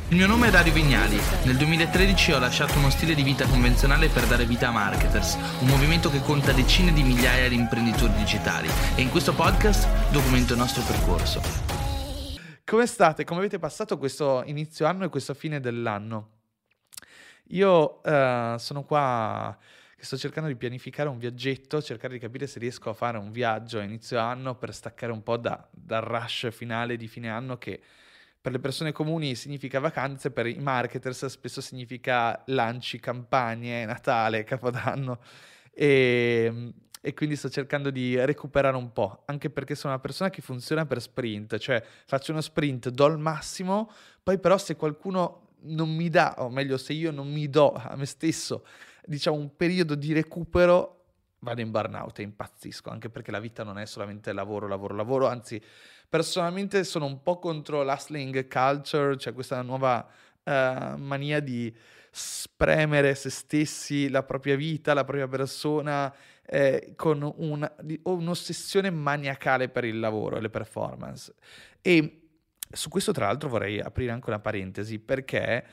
Il mio nome è Dario Vignali. Nel 2013 ho lasciato uno stile di vita convenzionale per dare vita a Marketers, un movimento che conta decine di migliaia di imprenditori digitali, e in questo podcast documento il nostro percorso. Come state? Come avete passato questo inizio anno e questa fine dell'anno? Io sono qua che sto cercando di pianificare un viaggetto, cercare di capire se riesco a fare un viaggio a inizio anno per staccare un po' dal rush finale di fine anno, che per le persone comuni significa vacanze, per i marketers spesso significa lanci, campagne, Natale, Capodanno, e quindi sto cercando di recuperare un po', anche perché sono una persona che funziona per sprint, cioè faccio uno sprint, do il massimo, poi però se qualcuno non mi dà, o meglio se io non mi do a me stesso, diciamo, un periodo di recupero, vado in burnout e impazzisco, anche perché la vita non è solamente lavoro, lavoro, lavoro, anzi personalmente sono un po' contro l'hustling culture, cioè questa nuova mania di spremere se stessi, la propria vita, la propria persona, con un'ossessione maniacale per il lavoro e le performance. E su questo, tra l'altro, vorrei aprire anche una parentesi, perché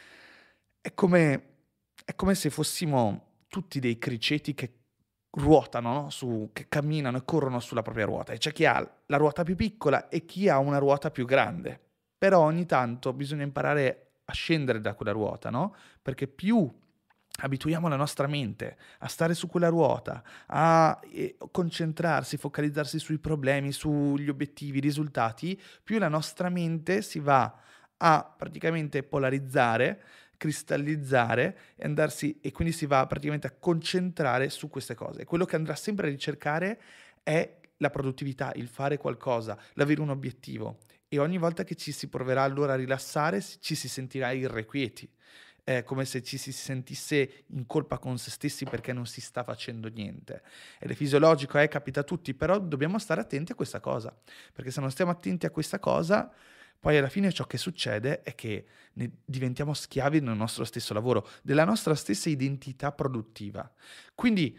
è come se fossimo tutti dei criceti che ruotano, no? Che camminano e corrono sulla propria ruota. E c'è chi ha la ruota più piccola e chi ha una ruota più grande. Però ogni tanto bisogna imparare a scendere da quella ruota, no? Perché più abituiamo la nostra mente a stare su quella ruota, a concentrarsi, focalizzarsi sui problemi, sugli obiettivi, i risultati, più la nostra mente si va a praticamente polarizzare, cristallizzare e quindi si va praticamente a concentrare su queste cose. Quello che andrà sempre a ricercare è la produttività, il fare qualcosa, l'avere un obiettivo. E ogni volta che ci si proverà allora a rilassare, ci si sentirà irrequieti. È come se ci si sentisse in colpa con se stessi perché non si sta facendo niente. Ed è fisiologico, capita a tutti, però dobbiamo stare attenti a questa cosa, perché se non stiamo attenti a questa cosa, poi alla fine ciò che succede è che ne diventiamo schiavi del nostro stesso lavoro, della nostra stessa identità produttiva. Quindi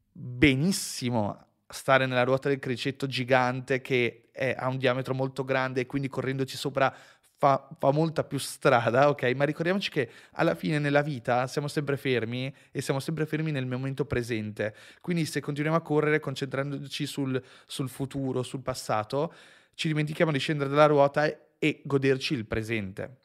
benissimo stare nella ruota del cricetto gigante che ha un diametro molto grande e quindi correndoci sopra fa molta più strada, ok? Ma ricordiamoci che alla fine nella vita siamo sempre fermi e siamo sempre fermi nel momento presente. Quindi se continuiamo a correre concentrandoci sul futuro, sul passato, ci dimentichiamo di scendere dalla ruota e goderci il presente.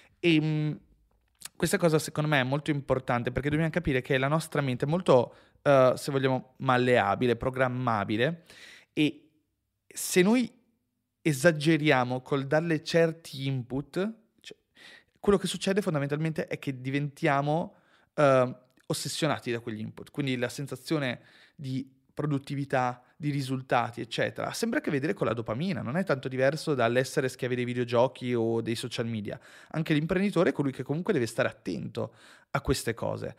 E questa cosa secondo me è molto importante, perché dobbiamo capire che la nostra mente è molto, se vogliamo, malleabile, programmabile, e se noi esageriamo col darle certi input, cioè, quello che succede fondamentalmente è che diventiamo ossessionati da quegli input, quindi la sensazione di produttività, di risultati, eccetera, ha sempre a che vedere con la dopamina, non è tanto diverso dall'essere schiavi dei videogiochi o dei social media. Anche l'imprenditore è colui che comunque deve stare attento a queste cose.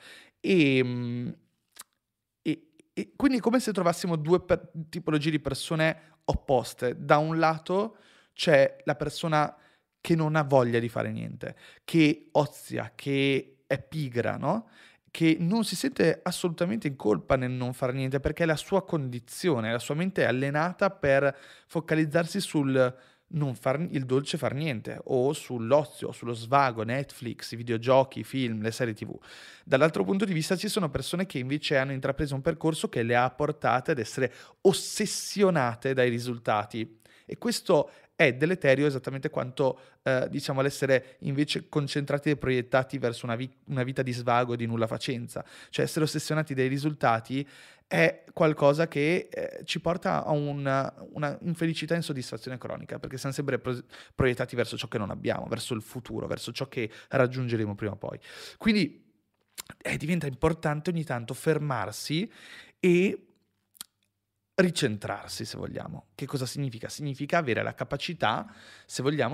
E, e quindi è come se trovassimo due tipologie di persone opposte. Da un lato c'è la persona che non ha voglia di fare niente, che ozia, che è pigra, no? Che non si sente assolutamente in colpa nel non fare niente, perché è la sua condizione, la sua mente è allenata per focalizzarsi sul non far il dolce far niente, o sull'ozio, sullo svago, Netflix, i videogiochi, i film, le serie TV. Dall'altro punto di vista ci sono persone che invece hanno intrapreso un percorso che le ha portate ad essere ossessionate dai risultati. E questo è deleterio esattamente quanto, diciamo, l'essere invece concentrati e proiettati verso una vita di svago e di nulla facenza. Cioè essere ossessionati dai risultati è qualcosa che ci porta a una infelicità e insoddisfazione cronica, perché siamo sempre proiettati verso ciò che non abbiamo, verso il futuro, verso ciò che raggiungeremo prima o poi. Quindi diventa importante ogni tanto fermarsi e ricentrarsi, se vogliamo. Che cosa significa? Significa avere la capacità, se vogliamo,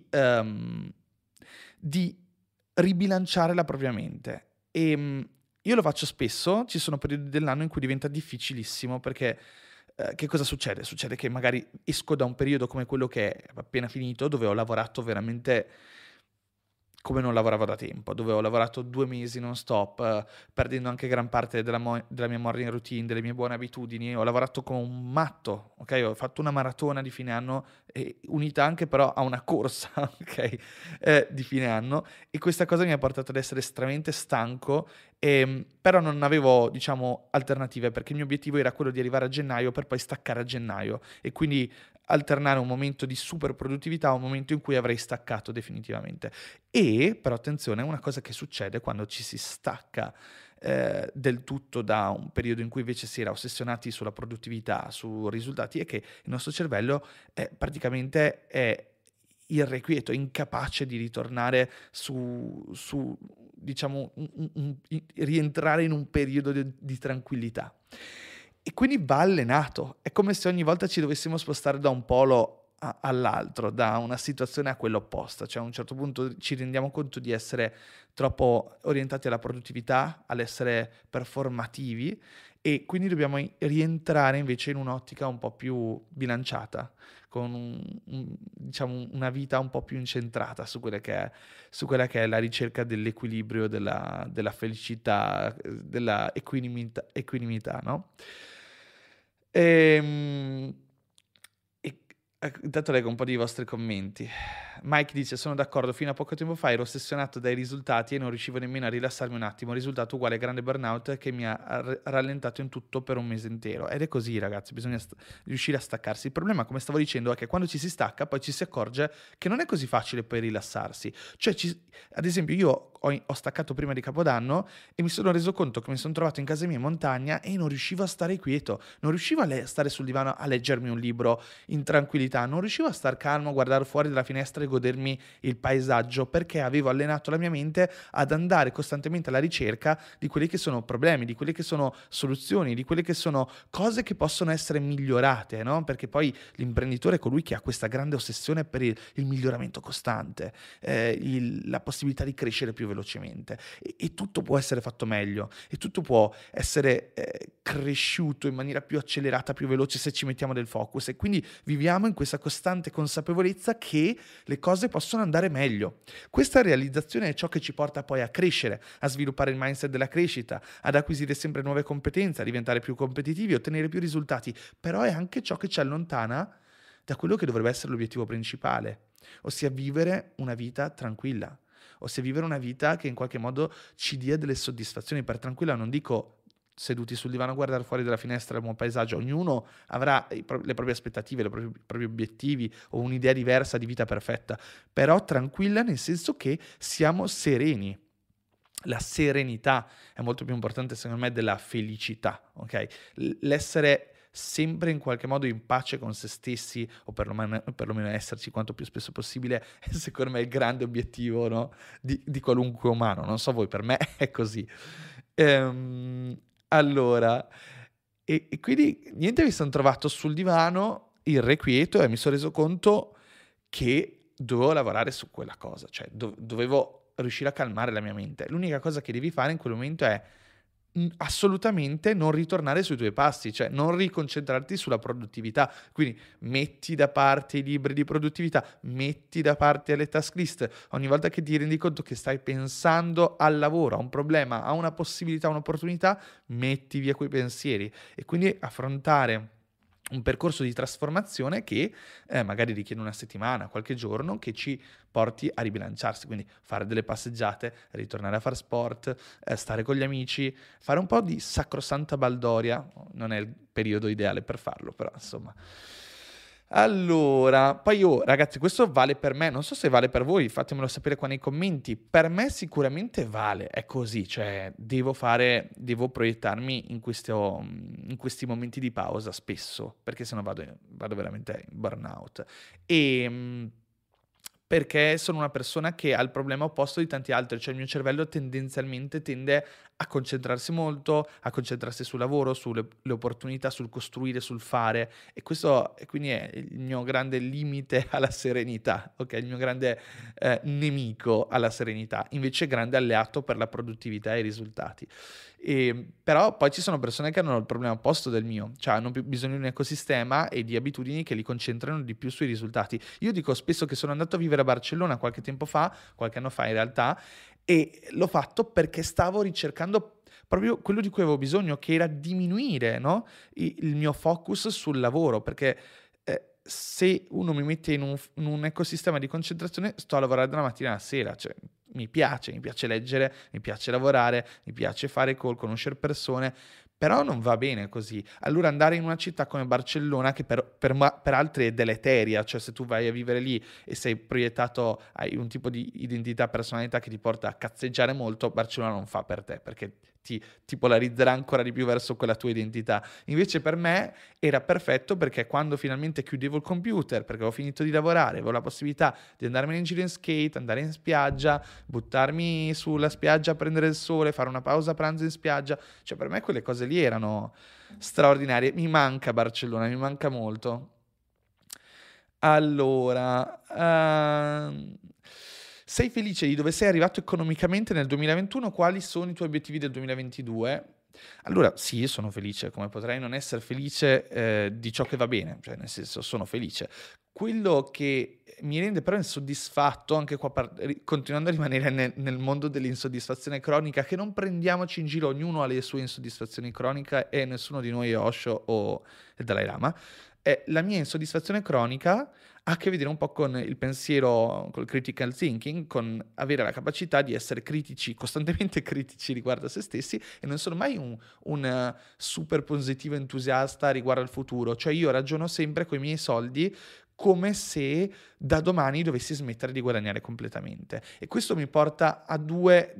di ribilanciare la propria mente. E io lo faccio spesso, ci sono periodi dell'anno in cui diventa difficilissimo, perché che cosa succede? Succede che magari esco da un periodo come quello che è appena finito, dove ho lavorato veramente come non lavoravo da tempo, dove ho lavorato 2 mesi non stop, perdendo anche gran parte della mia morning routine, delle mie buone abitudini. Ho lavorato come un matto, ok? Ho fatto una maratona di fine anno, unita anche però a una corsa, ok? Di fine anno, e questa cosa mi ha portato ad essere estremamente stanco, però non avevo, diciamo, alternative, perché il mio obiettivo era quello di arrivare a gennaio per poi staccare a gennaio, e quindi alternare un momento di super produttività a un momento in cui avrei staccato definitivamente. E, però attenzione, una cosa che succede quando ci si stacca del tutto da un periodo in cui invece si era ossessionati sulla produttività, su risultati, è che il nostro cervello praticamente è irrequieto, incapace di ritornare su diciamo, rientrare in un periodo di tranquillità. E quindi va allenato. È come se ogni volta ci dovessimo spostare da un polo all'altro, da una situazione a quella opposta. Cioè a un certo punto ci rendiamo conto di essere troppo orientati alla produttività, all'essere performativi, e quindi dobbiamo rientrare invece in un'ottica un po' più bilanciata, con diciamo una vita un po' più incentrata su quella che è la ricerca dell'equilibrio, della felicità, della equanimità, no? Intanto leggo un po' di vostri commenti. Mike dice: sono d'accordo, fino a poco tempo fa ero ossessionato dai risultati e non riuscivo nemmeno a rilassarmi un attimo. Risultato uguale grande burnout che mi ha rallentato in tutto per un mese intero. Ed è così, ragazzi, bisogna riuscire a staccarsi. Il problema, come stavo dicendo, è che quando ci si stacca poi ci si accorge che non è così facile poi rilassarsi. Cioè, ad esempio, io ho staccato prima di Capodanno e mi sono reso conto che mi sono trovato in casa mia in montagna e non riuscivo a stare quieto, non riuscivo a stare sul divano a leggermi un libro in tranquillità, non riuscivo a star calmo, a guardare fuori dalla finestra e godermi il paesaggio, perché avevo allenato la mia mente ad andare costantemente alla ricerca di quelli che sono problemi, di quelle che sono soluzioni, di quelle che sono cose che possono essere migliorate, no? Perché poi l'imprenditore è colui che ha questa grande ossessione per il miglioramento costante, la possibilità di crescere più velocemente, e tutto può essere fatto meglio, e tutto può essere cresciuto in maniera più accelerata, più veloce, se ci mettiamo del focus. E quindi viviamo in questa costante consapevolezza che le cose possono andare meglio. Questa realizzazione è ciò che ci porta poi a crescere, a sviluppare il mindset della crescita, ad acquisire sempre nuove competenze, a diventare più competitivi, ottenere più risultati. Però è anche ciò che ci allontana da quello che dovrebbe essere l'obiettivo principale, ossia vivere una vita tranquilla, ossia vivere una vita che in qualche modo ci dia delle soddisfazioni. Per tranquilla non dico seduti sul divano a guardare fuori dalla finestra il buon paesaggio. Ognuno avrà le proprie aspettative, i propri obiettivi o un'idea diversa di vita perfetta, però tranquilla nel senso che siamo sereni. La serenità è molto più importante, secondo me, della felicità, ok? L'essere sempre in qualche modo in pace con se stessi, o perlomeno esserci quanto più spesso possibile, è secondo me il grande obiettivo, no? di qualunque umano. Non so voi, per me è così. Allora, e quindi niente, mi sono trovato sul divano irrequieto e mi sono reso conto che dovevo lavorare su quella cosa, cioè dovevo riuscire a calmare la mia mente. L'unica cosa che devi fare in quel momento è assolutamente non ritornare sui tuoi passi, cioè non riconcentrarti sulla produttività. Quindi metti da parte i libri di produttività, metti da parte le task list. Ogni volta che ti rendi conto che stai pensando al lavoro, a un problema, a una possibilità, a un'opportunità, metti via quei pensieri e quindi affrontare un percorso di trasformazione che magari richiede una settimana, qualche giorno, che ci porti a ribilanciarsi. Quindi fare delle passeggiate, ritornare a fare sport, stare con gli amici, fare un po' di sacrosanta baldoria. Non è il periodo ideale per farlo, però insomma. Allora, poi ragazzi, questo vale per me, non so se vale per voi, fatemelo sapere qua nei commenti. Per me sicuramente vale, è così, cioè devo proiettarmi in questi momenti di pausa spesso, perché sennò vado veramente in burnout. Perché sono una persona che ha il problema opposto di tanti altri, cioè il mio cervello tendenzialmente tende a concentrarsi molto, a concentrarsi sul lavoro, sulle opportunità, sul costruire, sul fare, e questo quindi è il mio grande limite alla serenità, ok? Il mio grande nemico alla serenità, invece grande alleato per la produttività e i risultati. Però poi ci sono persone che hanno il problema opposto del mio, cioè hanno bisogno di un ecosistema e di abitudini che li concentrano di più sui risultati. Io dico spesso che sono andato a vivere a Barcellona qualche anno fa in realtà, e l'ho fatto perché stavo ricercando proprio quello di cui avevo bisogno, che era diminuire, no? Il mio focus sul lavoro, perché se uno mi mette in un ecosistema di concentrazione, sto a lavorare dalla mattina alla sera, cioè mi piace leggere, mi piace lavorare, mi piace fare call, conoscere persone, però non va bene così. Allora andare in una città come Barcellona, che per altri è deleteria, cioè se tu vai a vivere lì e sei proiettato, hai un tipo di identità, personalità che ti porta a cazzeggiare molto, Barcellona non fa per te, perché ti polarizzerà ancora di più verso quella tua identità. Invece per me era perfetto, perché quando finalmente chiudevo il computer, perché avevo finito di lavorare, avevo la possibilità di andarmene in giro in skate, andare in spiaggia, buttarmi sulla spiaggia a prendere il sole, fare una pausa pranzo in spiaggia, cioè per me quelle cose lì erano straordinarie. Mi manca Barcellona, mi manca molto. Allora, sei felice di dove sei arrivato economicamente nel 2021? Quali sono i tuoi obiettivi del 2022? Allora, sì, sono felice, come potrei non essere felice di ciò che va bene, cioè nel senso sono felice. Quello che mi rende però insoddisfatto, anche qua continuando a rimanere nel mondo dell'insoddisfazione cronica, che non prendiamoci in giro, ognuno ha le sue insoddisfazioni croniche e nessuno di noi è Osho o il Dalai Lama. La mia insoddisfazione cronica ha a che vedere un po' con il pensiero, col critical thinking, con avere la capacità di essere critici, costantemente critici riguardo a se stessi, e non sono mai un super positivo entusiasta riguardo al futuro. Cioè io ragiono sempre con i miei soldi come se da domani dovessi smettere di guadagnare completamente. E questo mi porta a due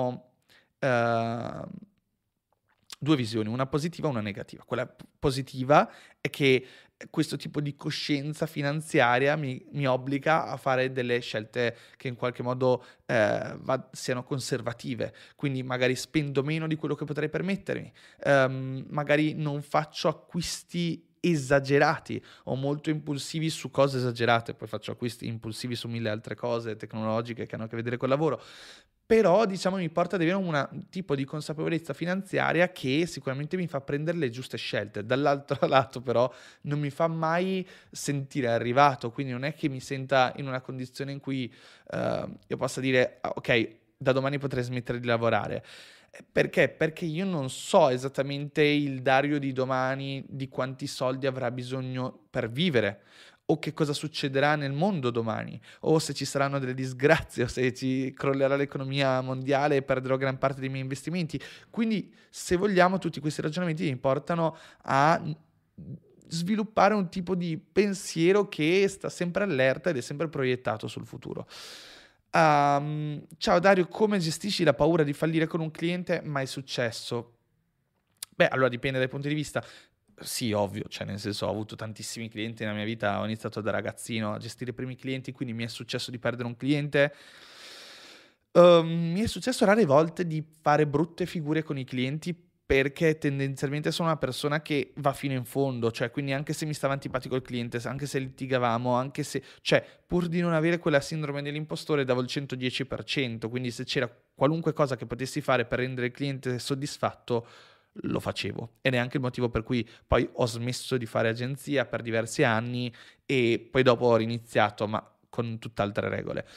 visioni, una positiva e una negativa. Quella positiva è che questo tipo di coscienza finanziaria mi obbliga a fare delle scelte che in qualche modo siano conservative, quindi magari spendo meno di quello che potrei permettermi, magari non faccio acquisti esagerati o molto impulsivi su cose esagerate, poi faccio acquisti impulsivi su 1000 altre cose tecnologiche che hanno a che vedere col lavoro. Però, diciamo, mi porta ad avere un tipo di consapevolezza finanziaria che sicuramente mi fa prendere le giuste scelte. Dall'altro lato, però, non mi fa mai sentire arrivato, quindi non è che mi senta in una condizione in cui io possa dire, ok, da domani potrei smettere di lavorare. Perché? Perché io non so esattamente il Dario di domani di quanti soldi avrà bisogno per vivere, o che cosa succederà nel mondo domani, o se ci saranno delle disgrazie, o se ci crollerà l'economia mondiale e perderò gran parte dei miei investimenti. Quindi, se vogliamo, tutti questi ragionamenti mi portano a sviluppare un tipo di pensiero che sta sempre allerta ed è sempre proiettato sul futuro. Ciao Dario, come gestisci la paura di fallire con un cliente? Mai successo? Beh, allora dipende dai punti di vista. Sì, ovvio, cioè nel senso ho avuto tantissimi clienti nella mia vita, ho iniziato da ragazzino a gestire i primi clienti, quindi mi è successo di perdere un cliente. Mi è successo rare volte di fare brutte figure con i clienti, perché tendenzialmente sono una persona che va fino in fondo, cioè quindi anche se mi stava antipatico il cliente, anche se litigavamo, anche se, cioè pur di non avere quella sindrome dell'impostore davo il 110%, quindi se c'era qualunque cosa che potessi fare per rendere il cliente soddisfatto, lo facevo. Ed è anche il motivo per cui poi ho smesso di fare agenzia per diversi anni e poi dopo ho riniziato, ma con tutt'altre regole.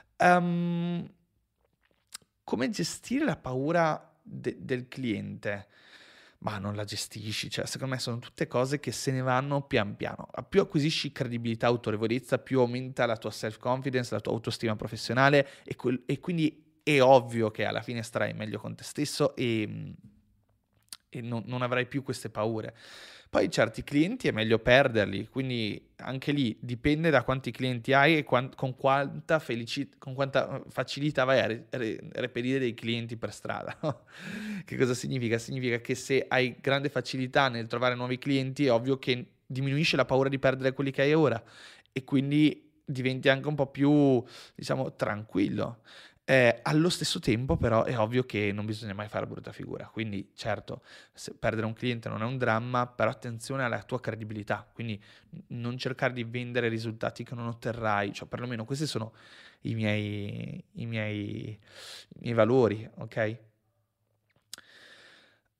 Come gestire la paura del cliente? Ma non la gestisci, cioè secondo me sono tutte cose che se ne vanno pian piano. Più acquisisci credibilità, autorevolezza, più aumenta la tua self-confidence, la tua autostima professionale e quindi è ovvio che alla fine starai meglio con te stesso e non avrai più queste paure. Poi certi clienti è meglio perderli, quindi anche lì dipende da quanti clienti hai e con quanta facilità vai a reperire dei clienti per strada. No? Che cosa significa? Significa che se hai grande facilità nel trovare nuovi clienti, è ovvio che diminuisce la paura di perdere quelli che hai ora e quindi diventi anche un po' più, diciamo, tranquillo. Allo stesso tempo però è ovvio che non bisogna mai fare brutta figura, quindi certo perdere un cliente non è un dramma, però attenzione alla tua credibilità, quindi non cercare di vendere risultati che non otterrai, cioè perlomeno questi sono i miei valori, ok?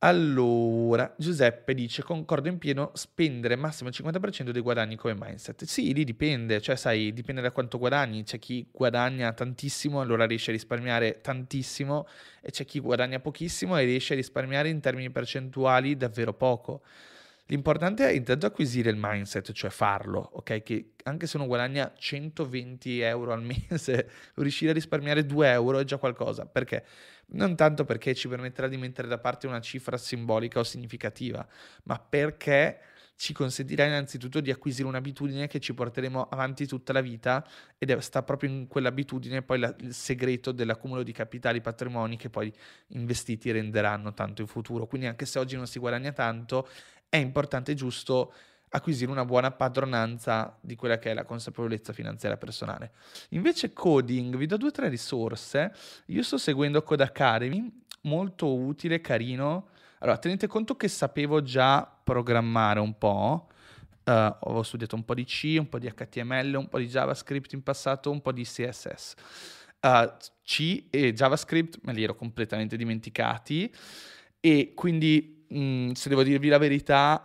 Allora, Giuseppe dice, concordo in pieno, spendere massimo il 50% dei guadagni come mindset. Sì, lì dipende, cioè sai, dipende da quanto guadagni. C'è chi guadagna tantissimo, allora riesce a risparmiare tantissimo, e c'è chi guadagna pochissimo e riesce a risparmiare in termini percentuali davvero poco. L'importante è intanto acquisire il mindset, cioè farlo, ok? Che anche se uno guadagna 120 euro al mese, riuscire a risparmiare 2 euro è già qualcosa. Perché? Non tanto perché ci permetterà di mettere da parte una cifra simbolica o significativa, ma perché ci consentirà innanzitutto di acquisire un'abitudine che ci porteremo avanti tutta la vita, ed sta proprio in quell'abitudine poi il segreto dell'accumulo di capitali, patrimoni che poi investiti renderanno tanto in futuro. Quindi anche se oggi non si guadagna tanto, è importante e giusto acquisire una buona padronanza di quella che è la consapevolezza finanziaria personale. Invece coding, vi do 2 o 3 risorse. Io sto seguendo Codecademy, molto utile, carino. Allora, tenete conto che sapevo già programmare un po', ho studiato un po' di C, un po' di HTML, un po' di JavaScript in passato, un po' di CSS. C e JavaScript me li ero completamente dimenticati, e quindi se devo dirvi la verità,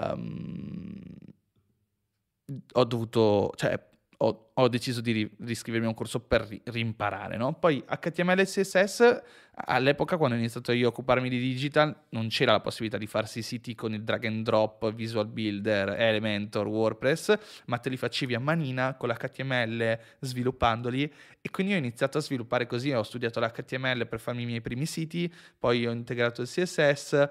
ho dovuto, cioè, ho deciso di riscrivermi a un corso per rimparare, no? Poi HTML e CSS, all'epoca quando ho iniziato io a occuparmi di digital, non c'era la possibilità di farsi siti con il drag and drop, Visual Builder, Elementor, WordPress, ma te li facevi a manina con l'HTML sviluppandoli, e quindi ho iniziato a sviluppare così. Ho studiato l'HTML per farmi i miei primi siti, poi ho integrato il CSS,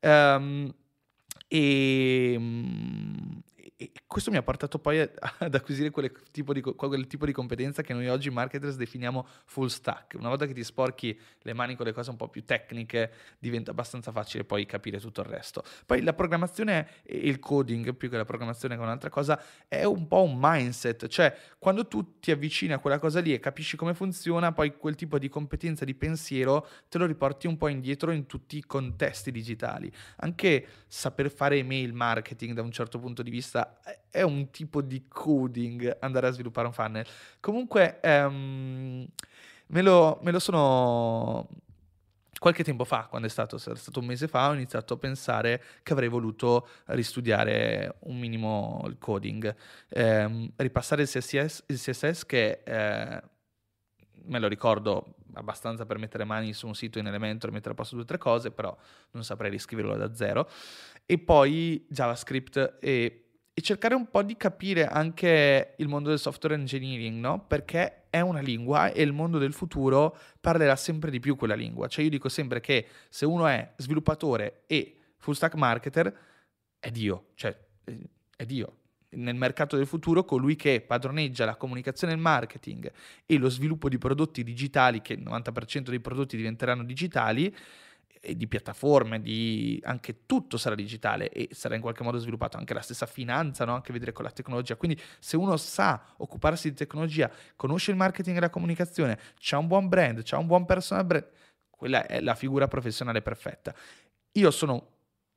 e questo mi ha portato poi ad acquisire quel tipo di competenza che noi oggi marketers definiamo full stack. Una volta che ti sporchi le mani con le cose un po' più tecniche, diventa abbastanza facile poi capire tutto il resto. Poi la programmazione e il coding, più che la programmazione che è un'altra cosa, è un po' un mindset. Cioè, quando tu ti avvicini a quella cosa lì e capisci come funziona, poi quel tipo di competenza, di pensiero, te lo riporti un po' indietro in tutti i contesti digitali. Anche saper fare email marketing da un certo punto di vista è un tipo di coding, andare a sviluppare un funnel. Comunque me lo sono... Qualche tempo fa, quando sarà stato un mese fa, ho iniziato a pensare che avrei voluto ristudiare un minimo il coding, ripassare il CSS che me lo ricordo abbastanza per mettere mani su un sito in Elementor e mettere a posto 2 o 3 cose, però non saprei riscriverlo da zero. E poi JavaScript e cercare un po' di capire anche il mondo del software engineering, no? Perché è una lingua e il mondo del futuro parlerà sempre di più quella lingua. Cioè io dico sempre che se uno è sviluppatore e full stack marketer, è Dio, cioè è Dio. Nel mercato del futuro, colui che padroneggia la comunicazione e il marketing e lo sviluppo di prodotti digitali, che il 90% dei prodotti diventeranno digitali, e di piattaforme, anche tutto sarà digitale e sarà in qualche modo sviluppato, anche la stessa finanza, no? Anche vedere con la tecnologia. Quindi se uno sa occuparsi di tecnologia, conosce il marketing e la comunicazione, c'ha un buon brand, c'ha un buon personal brand, quella è la figura professionale perfetta. Io sono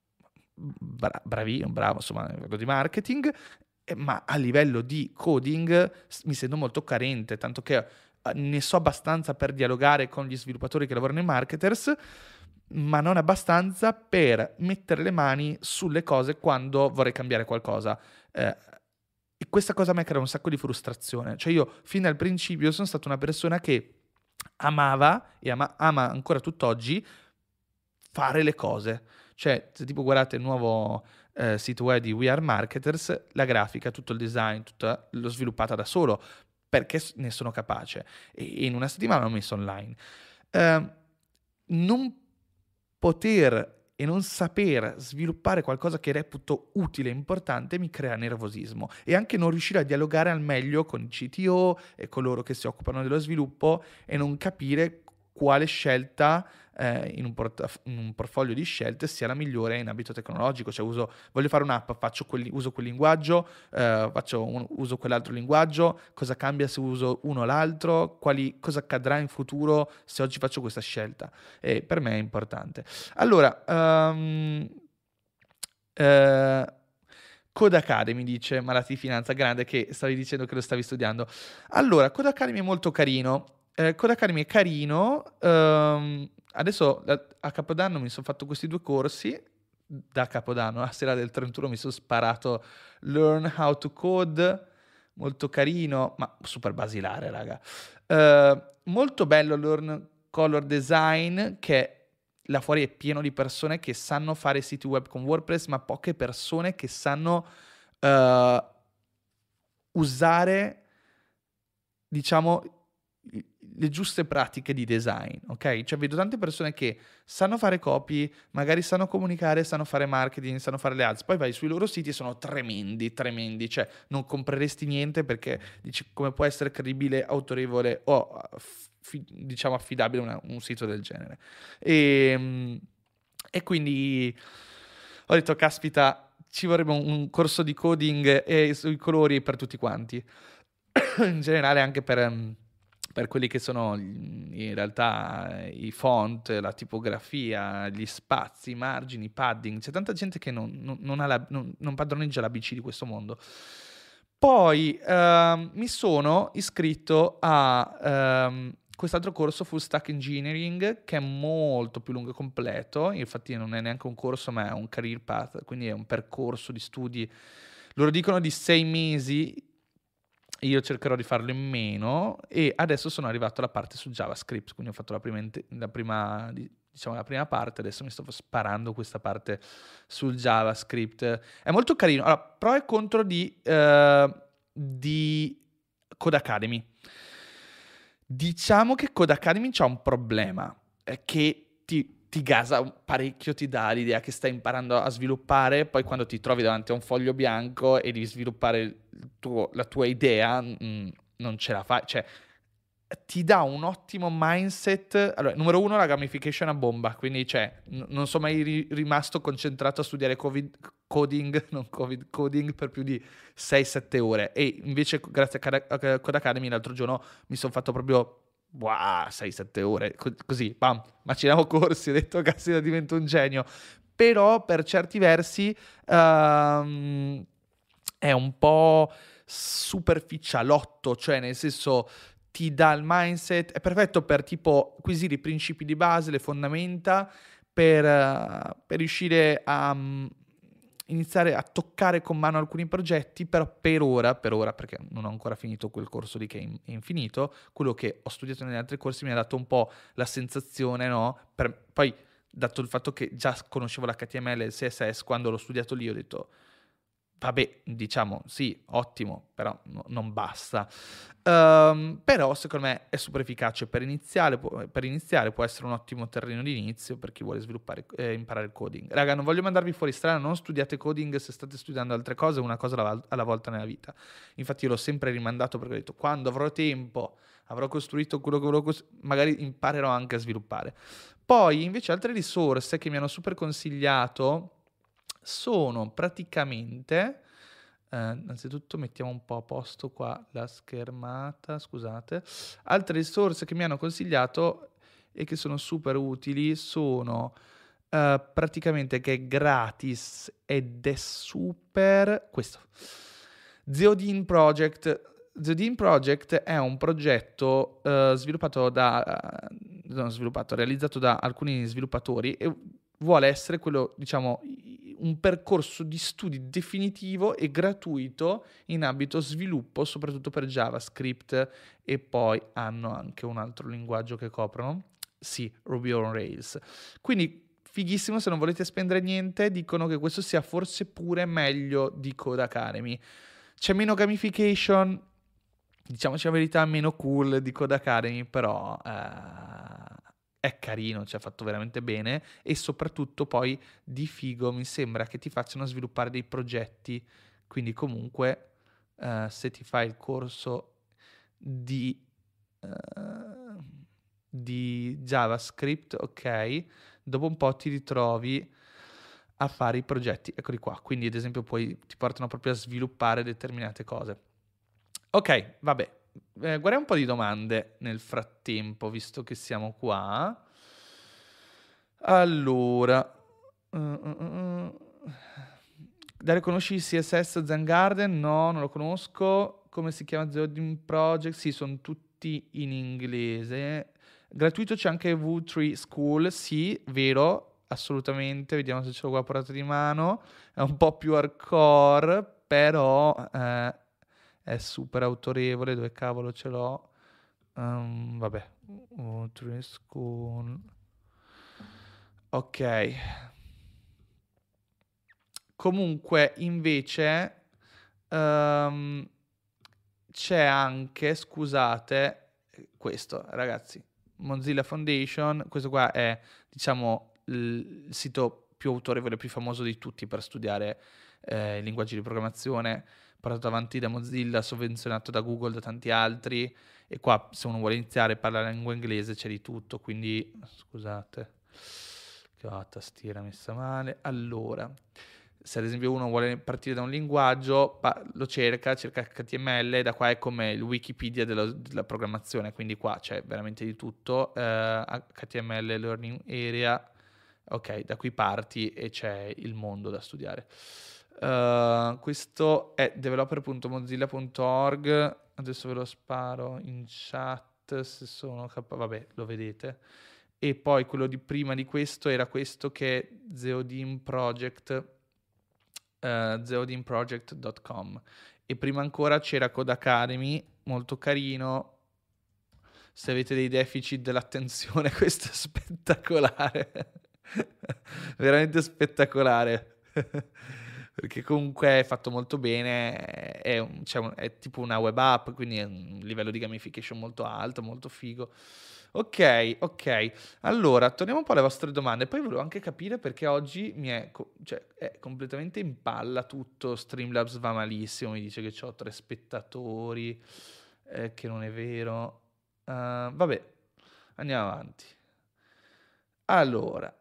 bravo, insomma, a livello di marketing, ma a livello di coding mi sento molto carente, tanto che ne so abbastanza per dialogare con gli sviluppatori che lavorano in marketers, ma non abbastanza per mettere le mani sulle cose quando vorrei cambiare qualcosa. E questa cosa a me crea un sacco di frustrazione. Cioè io fin dal principio sono stata una persona che amava e ama ancora tutt'oggi fare le cose. Cioè, se tipo guardate il nuovo sito web di We Are Marketers, la grafica, tutto il design, tutto l'ho sviluppata da solo, perché ne sono capace. E in una settimana l'ho messo online. Non poter e non saper sviluppare qualcosa che reputo utile e importante mi crea nervosismo, e anche non riuscire a dialogare al meglio con i CTO e coloro che si occupano dello sviluppo e non capire quale scelta in un portfolio di scelte sia la migliore in ambito tecnologico. Cioè voglio fare un'app, uso quel linguaggio, uso quell'altro linguaggio, cosa cambia se uso uno o l'altro, cosa accadrà in futuro se oggi faccio questa scelta. E per me è importante. Allora, Codecademy dice Malati di Finanza, grande, che stavi dicendo che lo stavi studiando. Allora, Codecademy è molto carino. Codecademy è carino. Adesso a Capodanno mi sono fatto questi 2 corsi. Da Capodanno, la sera del 31 mi sono sparato Learn How to Code, molto carino, ma super basilare, raga. Molto bello Learn Color Design, che là fuori è pieno di persone che sanno fare siti web con WordPress, ma poche persone che sanno usare, diciamo, le giuste pratiche di design, ok? Cioè vedo tante persone che sanno fare copy, magari sanno comunicare, sanno fare marketing, sanno fare le ads, poi vai sui loro siti e sono tremendi, cioè non compreresti niente perché dici come può essere credibile, autorevole o diciamo affidabile un sito del genere. E quindi ho detto, caspita, ci vorrebbe un corso di coding e sui colori per tutti quanti. In generale anche per quelli che sono in realtà i font, la tipografia, gli spazi, i margini, i padding. C'è tanta gente che non padroneggia l'ABC di questo mondo. Poi mi sono iscritto a quest'altro corso Full Stack Engineering, che è molto più lungo e completo. Infatti non è neanche un corso, ma è un career path, quindi è un percorso di studi. Loro dicono di 6 mesi. Io cercherò di farlo in meno e adesso sono arrivato alla parte su JavaScript, quindi ho fatto la prima parte, adesso mi sto sparando questa parte sul JavaScript. È molto carino. Allora, pro e contro di Codecademy. Diciamo che Codecademy c'ha un problema, che ti gasa parecchio, ti dà l'idea che stai imparando a sviluppare, poi quando ti trovi davanti a un foglio bianco e devi sviluppare la tua idea, non ce la fai. Cioè, ti dà un ottimo mindset. Allora, numero 1, la gamification a bomba, quindi non sono mai rimasto concentrato a studiare coding per più di 6-7 ore. E invece, grazie a Codecademy, l'altro giorno mi sono fatto proprio 6-7 ore, così, bam, macinavo corsi, ho detto, cazzo, divento un genio. Però per certi versi è un po' superficialotto, cioè nel senso ti dà il mindset, è perfetto per tipo acquisire i principi di base, le fondamenta, per riuscire a iniziare a toccare con mano alcuni progetti, però per ora, perché non ho ancora finito quel corso lì che è infinito, quello che ho studiato negli altri corsi mi ha dato un po' la sensazione, no? Poi, dato il fatto che già conoscevo l'HTML e il CSS, quando l'ho studiato lì ho detto, vabbè, diciamo, sì, ottimo, però non basta. Però secondo me è super efficace per iniziare, può essere un ottimo terreno di inizio per chi vuole sviluppare imparare il coding. Raga, non voglio mandarvi fuori strada, non studiate coding se state studiando altre cose, una cosa alla volta nella vita. Infatti io l'ho sempre rimandato perché ho detto, quando avrò tempo, avrò costruito quello che volevo magari imparerò anche a sviluppare. Poi invece altre risorse che mi hanno super consigliato sono praticamente, innanzitutto mettiamo un po' a posto qua la schermata, scusate. Altre risorse che mi hanno consigliato e che sono super utili sono praticamente, che è gratis ed è super, questo, Zeodin Project. Zeodin Project è un progetto realizzato da alcuni sviluppatori e vuole essere quello, diciamo, un percorso di studi definitivo e gratuito in ambito sviluppo, soprattutto per JavaScript, e poi hanno anche un altro linguaggio che coprono, sì, Ruby on Rails. Quindi fighissimo, se non volete spendere niente, dicono che questo sia forse pure meglio di Codecademy. C'è meno gamification, diciamoci la verità, meno cool di Codecademy, però è carino, ci ha fatto veramente bene, e soprattutto poi di figo mi sembra che ti facciano sviluppare dei progetti, quindi comunque se ti fai il corso di JavaScript, ok, dopo un po' ti ritrovi a fare i progetti, eccoli qua, quindi ad esempio ti portano proprio a sviluppare determinate cose. Ok, vabbè, guardiamo un po' di domande nel frattempo, visto che siamo qua. Allora, Dario, conosci il CSS Zen Garden? No, non lo conosco. Come si chiama Zeodin Project? Sì, sono tutti tutti in inglese. Gratuito c'è anche V3 School, sì, vero, assolutamente. Vediamo se ce l'ho qua a portata di mano. È un po' più hardcore, però è super autorevole. Dove cavolo ce l'ho? Vabbè, V3 School. Ok. Comunque, invece, c'è anche, scusate, questo, ragazzi, Mozilla Foundation. Questo qua è, diciamo, il sito più autorevole, più famoso di tutti per studiare linguaggi di programmazione, portato avanti da Mozilla, sovvenzionato da Google, da tanti altri. E qua, se uno vuole iniziare a parlare la lingua inglese, c'è di tutto. Quindi, scusate, che ho la tastiera messa male. Allora, se ad esempio uno vuole partire da un linguaggio, lo cerca HTML, da qua è come il Wikipedia della programmazione, quindi qua c'è veramente di tutto. HTML Learning Area, ok, da qui parti e c'è il mondo da studiare. Questo è developer.mozilla.org, adesso ve lo sparo in chat se sono vabbè, lo vedete. E poi quello di prima di questo era questo, che è Zeodin Project, zeodinproject.com. E prima ancora c'era Codecademy, molto carino. Se avete dei deficit dell'attenzione, questo è spettacolare. Veramente spettacolare. Perché comunque è fatto molto bene, è tipo una web app, quindi è un livello di gamification molto alto, molto figo. Ok. Allora, torniamo un po' alle vostre domande. Poi volevo anche capire perché oggi è completamente in palla tutto. Streamlabs va malissimo, mi dice che ho 3 spettatori, che non è vero. Vabbè, andiamo avanti. Allora.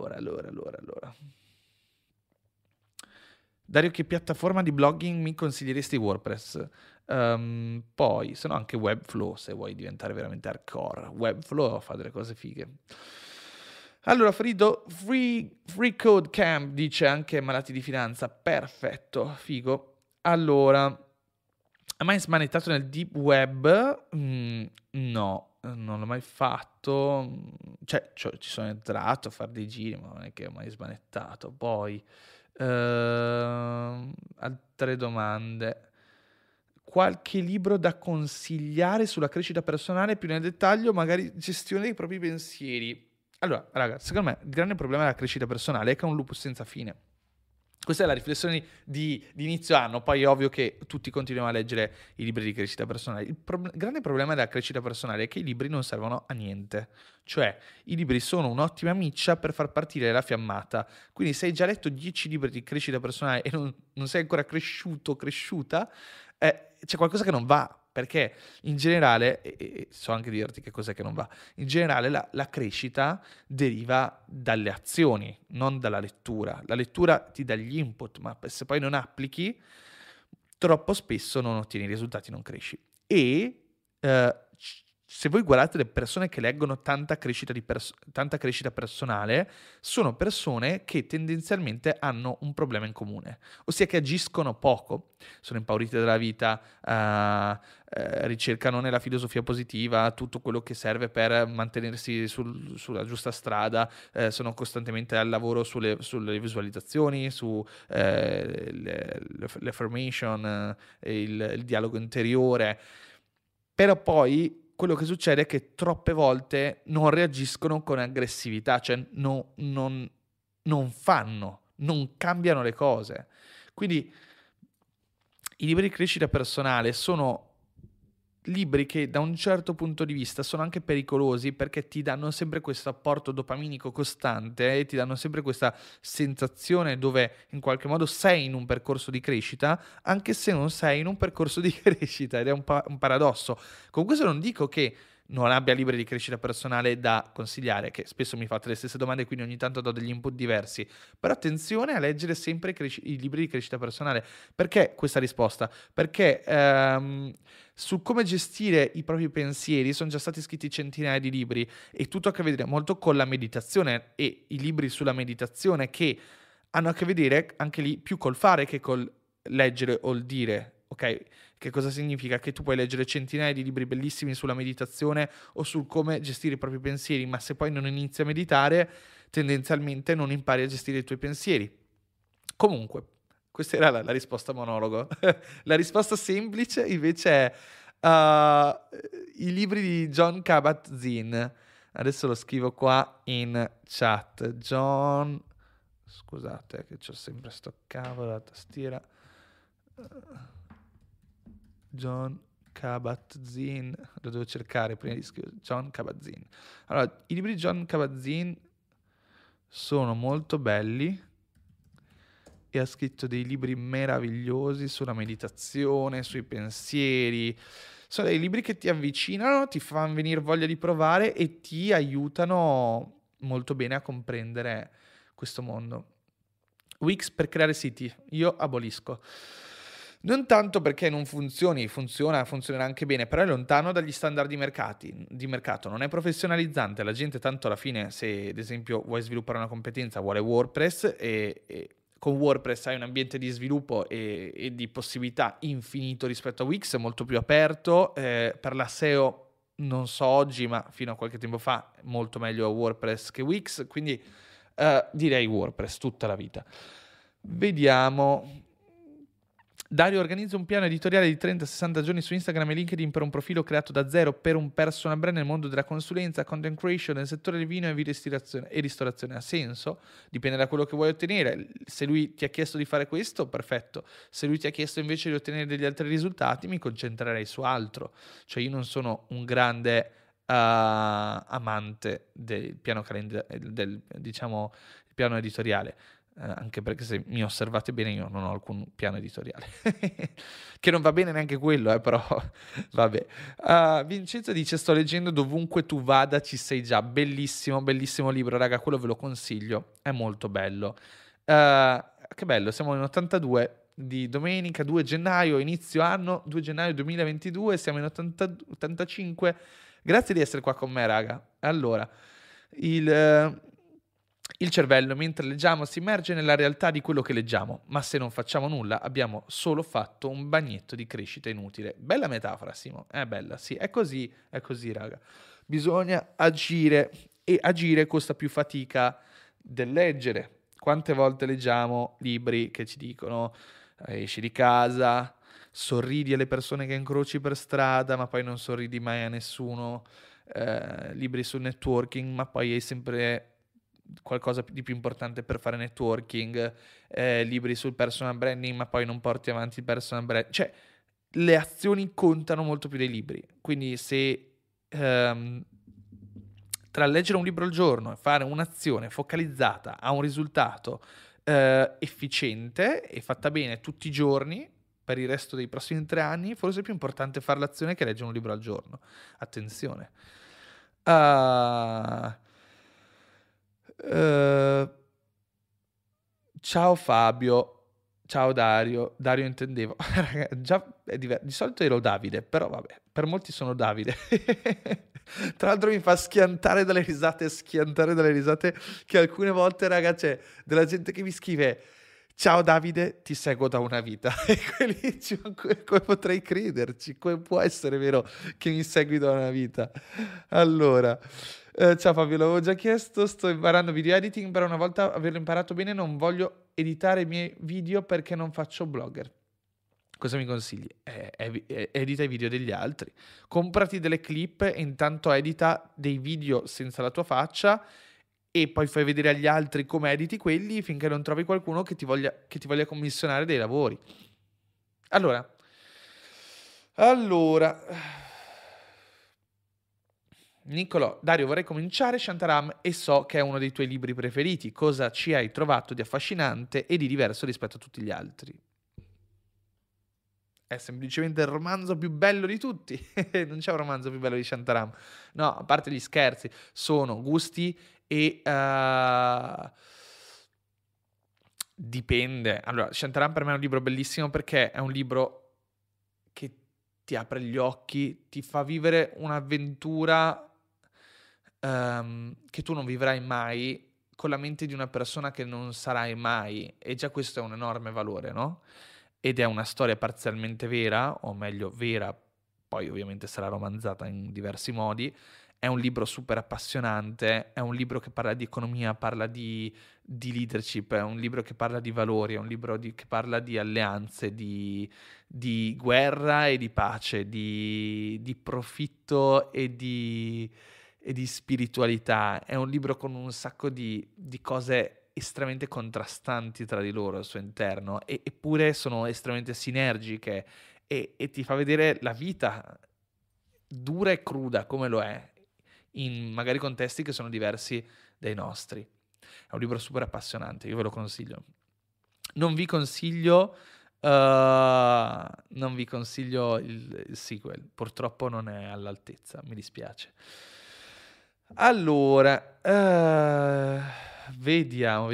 Dario, che piattaforma di blogging mi consiglieresti WordPress? Poi, se no anche Webflow, se vuoi diventare veramente hardcore. Webflow fa delle cose fighe. Allora, Frido, Free Code Camp dice anche malati di finanza. Perfetto, figo. Allora, hai mai smanettato nel deep web? No, non l'ho mai fatto. Cioè, ci sono entrato a fare dei giri, ma non è che ho mai smanettato. Poi, altre domande. Qualche libro da consigliare sulla crescita personale più nel dettaglio, magari gestione dei propri pensieri? Allora, ragazzi, secondo me il grande problema della crescita personale è che è un loop senza fine. Questa è la riflessione di inizio anno, poi è ovvio che tutti continuiamo a leggere i libri di crescita personale. Il grande problema della crescita personale è che i libri non servono a niente, cioè i libri sono un'ottima miccia per far partire la fiammata, quindi se hai già letto 10 libri di crescita personale e non sei ancora cresciuta, c'è qualcosa che non va. Perché in generale, e so anche dirti che cos'è che non va, in generale la crescita deriva dalle azioni, non dalla lettura. La lettura ti dà gli input, ma se poi non applichi, troppo spesso non ottieni risultati, non cresci. E se voi guardate le persone che leggono tanta crescita personale, sono persone che tendenzialmente hanno un problema in comune, ossia che agiscono poco, sono impaurite dalla vita, ricercano nella filosofia positiva tutto quello che serve per mantenersi sulla giusta strada, sono costantemente al lavoro sulle visualizzazioni, su l'affirmation, il dialogo interiore, però poi quello che succede è che troppe volte non reagiscono con aggressività, cioè non cambiano le cose. Quindi i libri di crescita personale sono libri che da un certo punto di vista sono anche pericolosi, perché ti danno sempre questo apporto dopaminico costante e ti danno sempre questa sensazione dove in qualche modo sei in un percorso di crescita, anche se non sei in un percorso di crescita, ed è un paradosso. Con questo non dico che non abbia libri di crescita personale da consigliare, che spesso mi fate le stesse domande, quindi ogni tanto do degli input diversi, però attenzione a leggere sempre i libri di crescita personale. Perché questa risposta? Perché su come gestire i propri pensieri sono già stati scritti centinaia di libri, e tutto ha a che vedere molto con la meditazione, e i libri sulla meditazione che hanno a che vedere anche lì più col fare che col leggere o il dire, ok? Che cosa significa? Che tu puoi leggere centinaia di libri bellissimi sulla meditazione o sul come gestire i propri pensieri, ma se poi non inizi a meditare, tendenzialmente non impari a gestire i tuoi pensieri. Comunque, questa era la risposta monologo. La risposta semplice invece è i libri di Jon Kabat-Zinn. Adesso lo scrivo qua in chat. Scusate che c'ho sempre sto cavolo la tastiera. Jon Kabat-Zinn. Lo devo cercare prima di scrivere. Jon Kabat-Zinn. Allora, i libri di Jon Kabat-Zinn sono molto belli e ha scritto dei libri meravigliosi sulla meditazione, sui pensieri. Sono dei libri che ti avvicinano, ti fanno venire voglia di provare e ti aiutano molto bene a comprendere questo mondo. Wix per creare siti, io abolisco. Non tanto perché non funzionerà anche bene, però è lontano dagli standard di mercato, non è professionalizzante, la gente tanto alla fine, se ad esempio vuoi sviluppare una competenza, vuole WordPress e con WordPress hai un ambiente di sviluppo e di possibilità infinito rispetto a Wix, molto più aperto, per la SEO non so oggi, ma fino a qualche tempo fa molto meglio WordPress che Wix, quindi direi WordPress tutta la vita. Vediamo. Dario organizza un piano editoriale di 30-60 giorni su Instagram e LinkedIn per un profilo creato da zero per un personal brand nel mondo della consulenza, content creation, nel settore del vino e ristorazione. Ha senso? Dipende da quello che vuoi ottenere. Se lui ti ha chiesto di fare questo, perfetto. Se lui ti ha chiesto invece di ottenere degli altri risultati, mi concentrerei su altro. Cioè io non sono un grande amante del piano del piano editoriale. Anche perché se mi osservate bene io non ho alcun piano editoriale che non va bene neanche quello, però vabbè. Vincenzo dice: sto leggendo Dovunque tu vada ci sei già, bellissimo libro raga, quello ve lo consiglio, è molto bello. Che bello, siamo in 82 di domenica 2 gennaio, inizio anno 2 gennaio 2022, siamo in 85. Grazie di essere qua con me raga. Allora, il cervello, mentre leggiamo, si immerge nella realtà di quello che leggiamo, ma se non facciamo nulla abbiamo solo fatto un bagnetto di crescita inutile. Bella metafora, Simo, è bella, sì, è così, raga. Bisogna agire e agire costa più fatica del leggere. Quante volte leggiamo libri che ci dicono esci di casa, sorridi alle persone che incroci per strada, ma poi non sorridi mai a nessuno, libri sul networking, ma poi hai sempre qualcosa di più importante per fare networking, libri sul personal branding, ma poi non porti avanti il personal branding. Cioè, le azioni contano molto più dei libri. Quindi se tra leggere un libro al giorno e fare un'azione focalizzata a un risultato efficiente e fatta bene tutti i giorni per il resto dei prossimi 3 anni, forse è più importante fare l'azione che leggere un libro al giorno. Attenzione. Ciao Fabio, ciao Dario intendevo. Già di solito ero Davide, però vabbè, per molti sono Davide. Tra l'altro mi fa schiantare dalle risate che alcune volte, raga, c'è della gente che mi scrive: ciao Davide, ti seguo da una vita. E quelli come potrei crederci? Come può essere vero che mi segui da una vita? Allora, ciao Fabio, l'avevo già chiesto, sto imparando video editing, però una volta averlo imparato bene non voglio editare i miei video perché non faccio blogger. Cosa mi consigli? Edita i video degli altri. Comprati delle clip e intanto edita dei video senza la tua faccia e poi fai vedere agli altri come editi quelli finché non trovi qualcuno che ti voglia commissionare dei lavori. Allora, Niccolò, Dario, vorrei cominciare Shantaram e so che è uno dei tuoi libri preferiti. Cosa ci hai trovato di affascinante e di diverso rispetto a tutti gli altri? È semplicemente il romanzo più bello di tutti. Non c'è un romanzo più bello di Shantaram. No, a parte gli scherzi, sono gusti e dipende. Allora, Shantaram per me è un libro bellissimo perché è un libro che ti apre gli occhi, ti fa vivere un'avventura che tu non vivrai mai con la mente di una persona che non sarai mai, e già questo è un enorme valore, no? ed è una storia parzialmente vera, o meglio vera, poi ovviamente sarà romanzata in diversi modi. È un libro super appassionante, è un libro che parla di economia, parla di leadership, è un libro che parla di valori, è un libro che parla di alleanze, di guerra e di pace, di profitto e di spiritualità. È un libro con un sacco di cose estremamente contrastanti tra di loro al suo interno, eppure sono estremamente sinergiche e ti fa vedere la vita dura e cruda come lo è, in magari contesti che sono diversi dai nostri. È un libro super appassionante, io ve lo consiglio. Non vi consiglio, non vi consiglio il sequel, purtroppo non è all'altezza, mi dispiace. Allora, vediamo.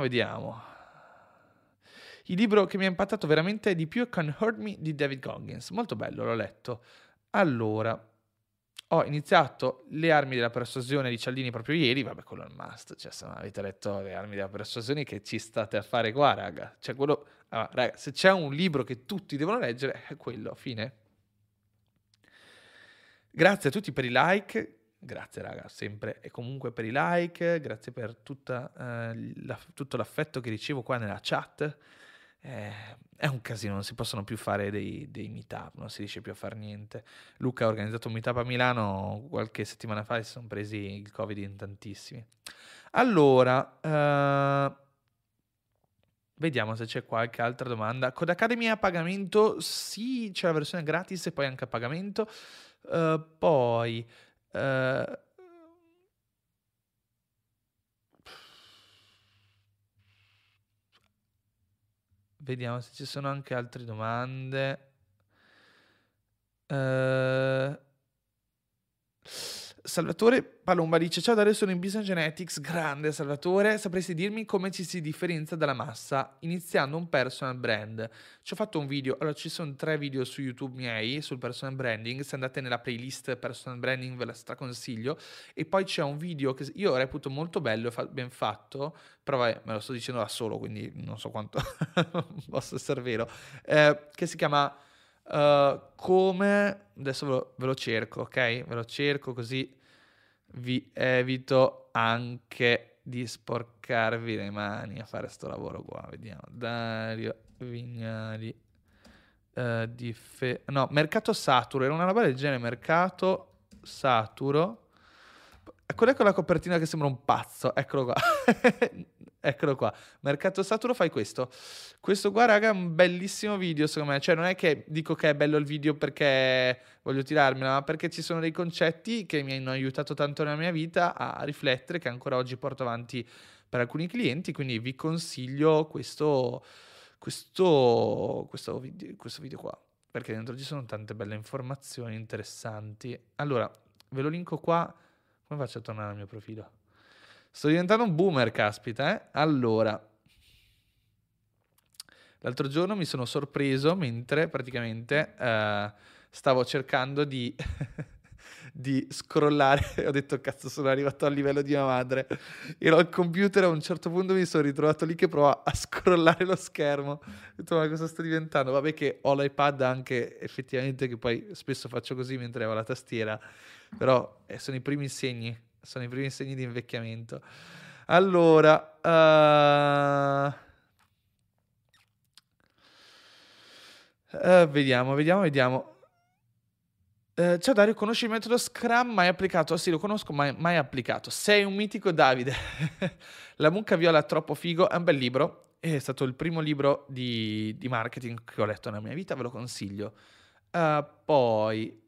Il libro che mi ha impattato veramente di più è Can't Hurt Me di David Goggins, molto bello, l'ho letto. Allora, ho iniziato Le armi della persuasione di Cialdini proprio ieri, vabbè, quello è il must, cioè se non avete letto Le armi della persuasione che ci state a fare qua, raga, cioè quello, raga, se c'è un libro che tutti devono leggere è quello, fine. Grazie a tutti per i like, grazie raga, sempre e comunque per i like, grazie per tutto l'affetto che ricevo qua nella chat. È un casino, non si possono più fare dei meetup, non si riesce più a fare niente. Luca ha organizzato un meetup a Milano qualche settimana fa e si sono presi il Covid in tantissimi. Allora, vediamo se c'è qualche altra domanda. Codacademy a pagamento? Sì, c'è la versione gratis e poi anche a pagamento. Poi... vediamo se ci sono anche altre domande. Salvatore Palomba dice: ciao Dario, sono in Business Genetics. Grande Salvatore, sapresti dirmi come ci si differenzia dalla massa iniziando un personal brand? Ci ho fatto un video, allora ci sono 3 video su YouTube miei sul personal branding, se andate nella playlist personal branding ve la straconsiglio, e poi c'è un video che io reputo molto bello e ben fatto, però vabbè, me lo sto dicendo da solo, quindi non so quanto possa essere vero, che si chiama come, adesso ve lo cerco, ok? Ve lo cerco così vi evito anche di sporcarvi le mani a fare sto lavoro qua. Vediamo. Dario Vignali no, Mercato Saturo, era una roba del genere, Mercato Saturo. Quella con la copertina che sembra un pazzo, eccolo qua. Eccolo qua. Mercato Saturo, fai questo. Questo qua, raga, è un bellissimo video, secondo me. Cioè, non è che dico che è bello il video perché voglio tirarmela, ma perché ci sono dei concetti che mi hanno aiutato tanto nella mia vita a riflettere, che ancora oggi porto avanti per alcuni clienti, quindi vi consiglio questo video qua, perché dentro ci sono tante belle informazioni interessanti. Allora, ve lo linko qua. Come faccio a tornare al mio profilo? Sto diventando un boomer, caspita, eh? Allora, l'altro giorno mi sono sorpreso mentre praticamente stavo cercando di scrollare. Ho detto, cazzo, sono arrivato al livello di mia madre. Ero al computer, a un certo punto mi sono ritrovato lì che provo a scrollare lo schermo. Ho detto, ma cosa sto diventando? Vabbè che ho l'iPad anche, effettivamente, che poi spesso faccio così mentre ho la tastiera. Però sono i primi segni di invecchiamento. Allora, vediamo. Ciao Dario, conosci il metodo Scrum? Mai applicato? Sì, lo conosco, mai applicato. Sei un mitico Davide. La mucca viola troppo figo, è un bel libro. È stato il primo libro di marketing che ho letto nella mia vita, ve lo consiglio. Poi...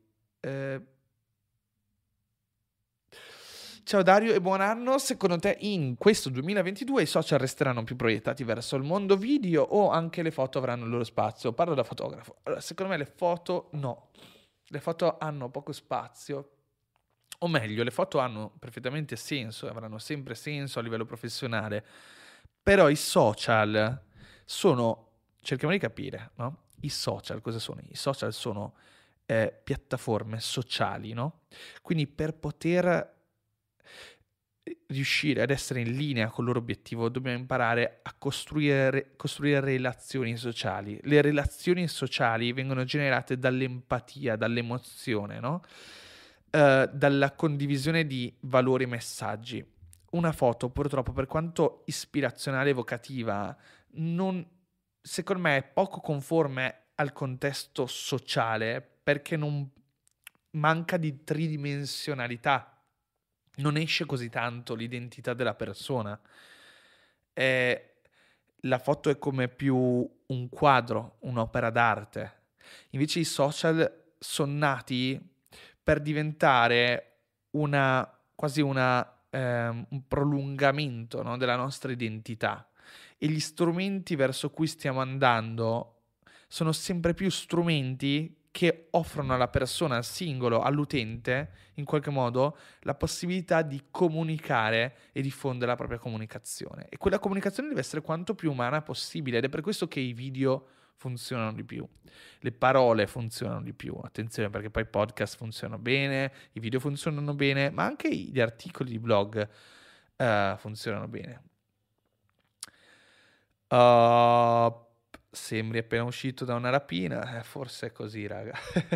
ciao Dario e buon anno. Secondo te in questo 2022 i social resteranno più proiettati verso il mondo video o anche le foto avranno il loro spazio? Parlo da fotografo. Allora, secondo me le foto no. Le foto hanno poco spazio. O meglio, le foto hanno perfettamente senso, avranno sempre senso a livello professionale. Però i social sono... Cerchiamo di capire, no? I social cosa sono? I social sono piattaforme sociali, no? Quindi per poter riuscire ad essere in linea con il loro obiettivo, dobbiamo imparare a costruire relazioni sociali. Le relazioni sociali vengono generate dall'empatia, dall'emozione, no? Dalla condivisione di valori e messaggi. Una foto, purtroppo, per quanto ispirazionale e evocativa, secondo me è poco conforme al contesto sociale, perché non manca di tridimensionalità. Non esce così tanto l'identità della persona. La foto è come più un quadro, un'opera d'arte. Invece i social sono nati per diventare quasi un prolungamento, no, della nostra identità. E gli strumenti verso cui stiamo andando sono sempre più strumenti che offrono alla persona, al singolo, all'utente, in qualche modo, la possibilità di comunicare e diffondere la propria comunicazione. E quella comunicazione deve essere quanto più umana possibile, ed è per questo che i video funzionano di più, le parole funzionano di più. Attenzione, perché poi i podcast funzionano bene, i video funzionano bene, ma anche gli articoli di blog funzionano bene. Sembri appena uscito da una rapina, forse è così, raga.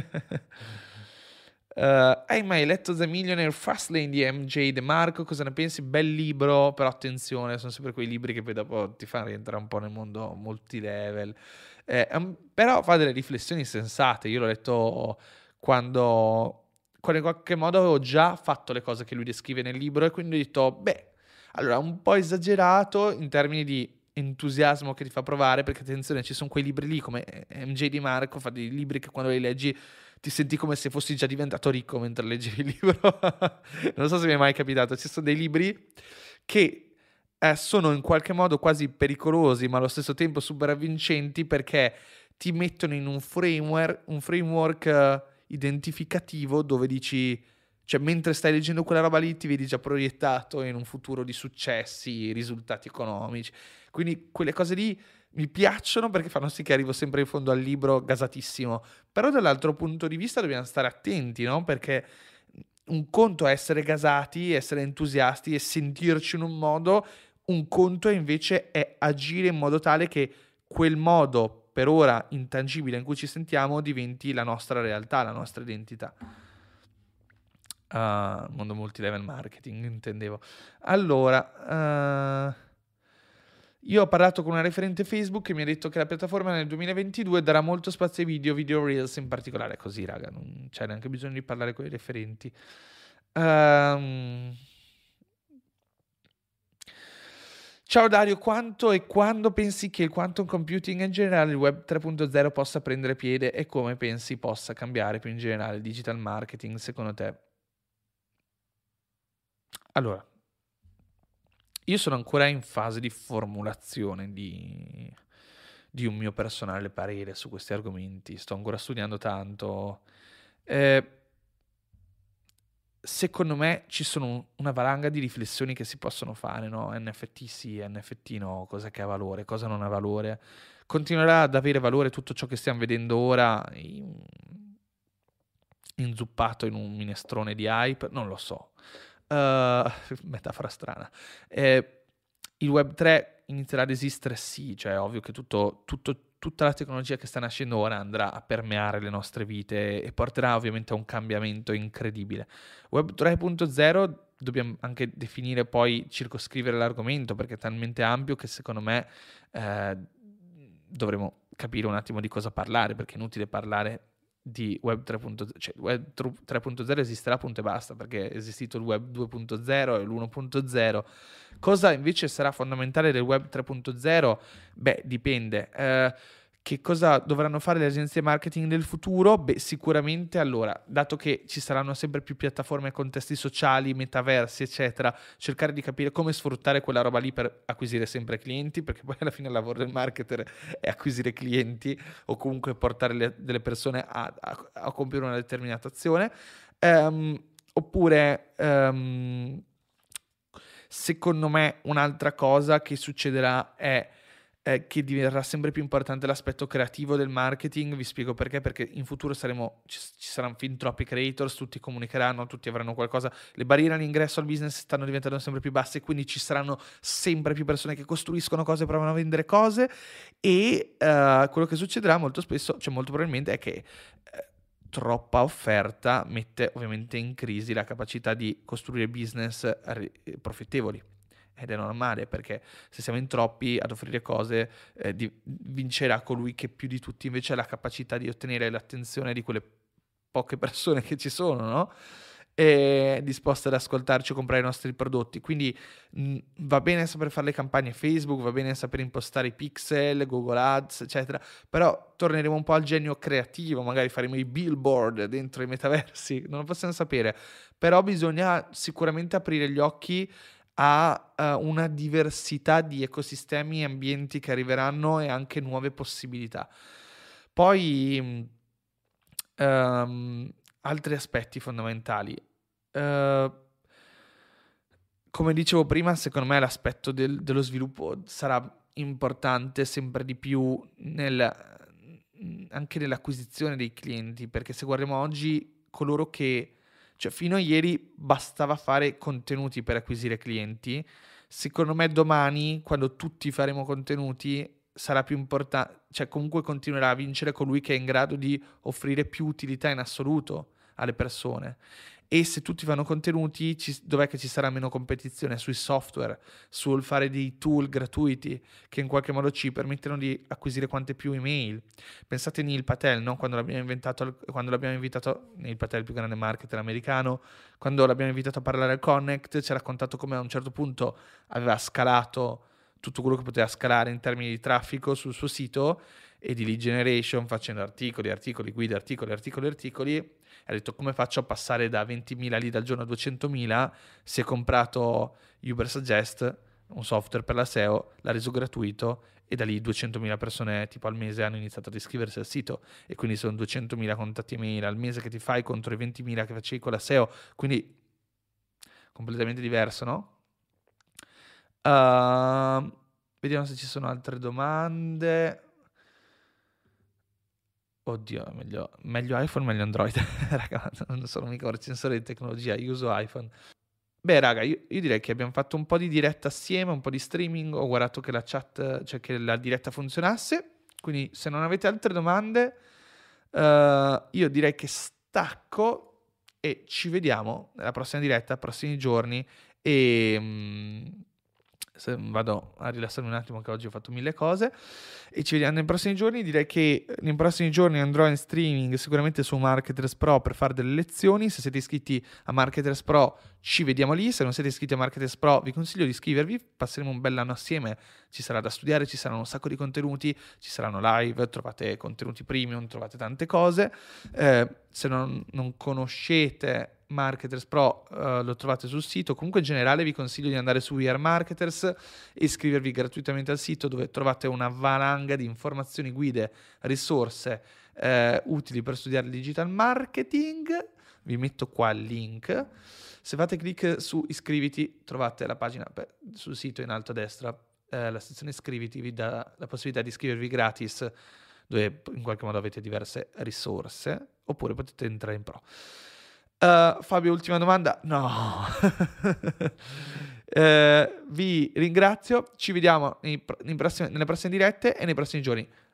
Hai mai letto The Millionaire Fastlane di MJ DeMarco? Cosa ne pensi? Bel libro, però attenzione, sono sempre quei libri che poi dopo ti fanno rientrare un po' nel mondo multilevel. Però fa delle riflessioni sensate. Io l'ho letto quando in qualche modo avevo già fatto le cose che lui descrive nel libro, e quindi ho detto, beh, allora un po' esagerato in termini di entusiasmo che ti fa provare, perché attenzione, ci sono quei libri lì come MJ DeMarco, fa dei libri che quando li leggi ti senti come se fossi già diventato ricco mentre leggevi il libro. Non so se mi è mai capitato, ci sono dei libri che sono in qualche modo quasi pericolosi, ma allo stesso tempo super avvincenti, perché ti mettono in un framework identificativo, dove dici, cioè mentre stai leggendo quella roba lì ti vedi già proiettato in un futuro di successi, risultati economici. Quindi quelle cose lì mi piacciono perché fanno sì che arrivo sempre in fondo al libro gasatissimo. Però dall'altro punto di vista dobbiamo stare attenti, no? Perché un conto è essere gasati, essere entusiasti e sentirci in un modo, un conto invece è agire in modo tale che quel modo per ora intangibile in cui ci sentiamo diventi la nostra realtà, la nostra identità. Mondo multilevel marketing, intendevo. Allora, io ho parlato con una referente Facebook che mi ha detto che la piattaforma nel 2022 darà molto spazio ai video reels in particolare. Così, raga, non c'è neanche bisogno di parlare con i referenti. Ciao Dario, quanto e quando pensi che il quantum computing in generale, il web 3.0 possa prendere piede, e come pensi possa cambiare più in generale il digital marketing secondo te? Allora, io sono ancora in fase di formulazione di un mio personale parere su questi argomenti, sto ancora studiando tanto. Secondo me ci sono una valanga di riflessioni che si possono fare, no? NFT sì, NFT no, cosa che ha valore, cosa non ha valore. Continuerà ad avere valore tutto ciò che stiamo vedendo ora inzuppato in un minestrone di hype? Non lo so. Metafora strana. Il Web 3 inizierà ad esistere? Sì, cioè è ovvio che tutta la tecnologia che sta nascendo ora andrà a permeare le nostre vite e porterà ovviamente a un cambiamento incredibile. Web 3.0 dobbiamo anche definire, poi circoscrivere l'argomento, perché è talmente ampio che secondo me dovremo capire un attimo di cosa parlare, perché è inutile parlare di Web 3.0, cioè Web 3.0 esisterà, punto e basta, perché è esistito il Web 2.0 e l'1.0. Cosa invece sarà fondamentale del Web 3.0? Beh, dipende. Che cosa dovranno fare le agenzie marketing del futuro? Beh, sicuramente, allora, dato che ci saranno sempre più piattaforme, contesti sociali, metaversi, eccetera, cercare di capire come sfruttare quella roba lì per acquisire sempre clienti, perché poi alla fine il lavoro del marketer è acquisire clienti o comunque portare delle persone a compiere una determinata azione. Oppure, secondo me, un'altra cosa che succederà è che diverrà sempre più importante l'aspetto creativo del marketing. Vi spiego perché in futuro ci saranno fin troppi creators, tutti comunicheranno, tutti avranno qualcosa, le barriere all'ingresso al business stanno diventando sempre più basse, quindi ci saranno sempre più persone che costruiscono cose, provano a vendere cose, e quello che succederà molto spesso, cioè molto probabilmente, è che troppa offerta mette ovviamente in crisi la capacità di costruire business profittevoli. Ed è normale, perché se siamo in troppi ad offrire cose, vincerà colui che più di tutti invece ha la capacità di ottenere l'attenzione di quelle poche persone che ci sono, no? E disposte ad ascoltarci o comprare i nostri prodotti. Quindi va bene saper fare le campagne Facebook, va bene saper impostare i pixel, Google Ads, eccetera, però torneremo un po' al genio creativo, magari faremo i billboard dentro i metaversi, non lo possiamo sapere, però bisogna sicuramente aprire gli occhi a una diversità di ecosistemi e ambienti che arriveranno, e anche nuove possibilità. Poi altri aspetti fondamentali. Come dicevo prima, secondo me l'aspetto dello sviluppo sarà importante sempre di più anche nell'acquisizione dei clienti, perché se guardiamo oggi coloro che... Cioè, fino a ieri bastava fare contenuti per acquisire clienti. Secondo me domani, quando tutti faremo contenuti, sarà più importante, cioè comunque continuerà a vincere colui che è in grado di offrire più utilità in assoluto alle persone. E se tutti fanno contenuti, dov'è che ci sarà meno competizione? Sui software, sul fare dei tool gratuiti che in qualche modo ci permettono di acquisire quante più email. Pensate a Neil Patel, no? Quando l'abbiamo invitato, Neil Patel, il più grande marketer americano, quando l'abbiamo invitato a parlare al Connect, ci ha raccontato come a un certo punto aveva scalato tutto quello che poteva scalare in termini di traffico sul suo sito e di lead generation, facendo articoli, guide, articoli. Ha detto: come faccio a passare da 20.000 lead al giorno a 200.000? Si è comprato Ubersuggest, un software per la SEO, l'ha reso gratuito, e da lì 200.000 persone tipo al mese hanno iniziato ad iscriversi al sito, e quindi sono 200.000 contatti email al mese che ti fai contro i 20.000 che facevi con la SEO, quindi completamente diverso, no? Vediamo se ci sono altre domande. Oddio, meglio iPhone, meglio Android. Raga, non sono mica un recensore di tecnologia, io uso iPhone. Beh, raga, io direi che abbiamo fatto un po' di diretta assieme, un po' di streaming, ho guardato che la chat, cioè che la diretta funzionasse, quindi se non avete altre domande, io direi che stacco e ci vediamo nella prossima diretta, prossimi giorni, e... vado a rilassarmi un attimo che oggi ho fatto 1000 cose, e ci vediamo nei prossimi giorni. Direi che nei prossimi giorni andrò in streaming sicuramente su Marketers Pro per fare delle lezioni. Se siete iscritti a Marketers Pro ci vediamo lì, se non siete iscritti a Marketers Pro vi consiglio di iscrivervi, passeremo un bell'anno assieme, ci sarà da studiare, ci saranno un sacco di contenuti, ci saranno live, trovate contenuti premium, trovate tante cose. Se non conoscete Marketers Pro, lo trovate sul sito. Comunque in generale vi consiglio di andare su We Are Marketers e iscrivervi gratuitamente al sito, dove trovate una valanga di informazioni, guide, risorse utili per studiare il digital marketing. Vi metto qua il link. Se fate clic su iscriviti trovate la pagina sul sito in alto a destra, la sezione iscriviti vi dà la possibilità di iscrivervi gratis, dove in qualche modo avete diverse risorse, oppure potete entrare in Pro. Fabio, ultima domanda? No. Vi ringrazio, ci vediamo nelle prossime dirette e nei prossimi giorni.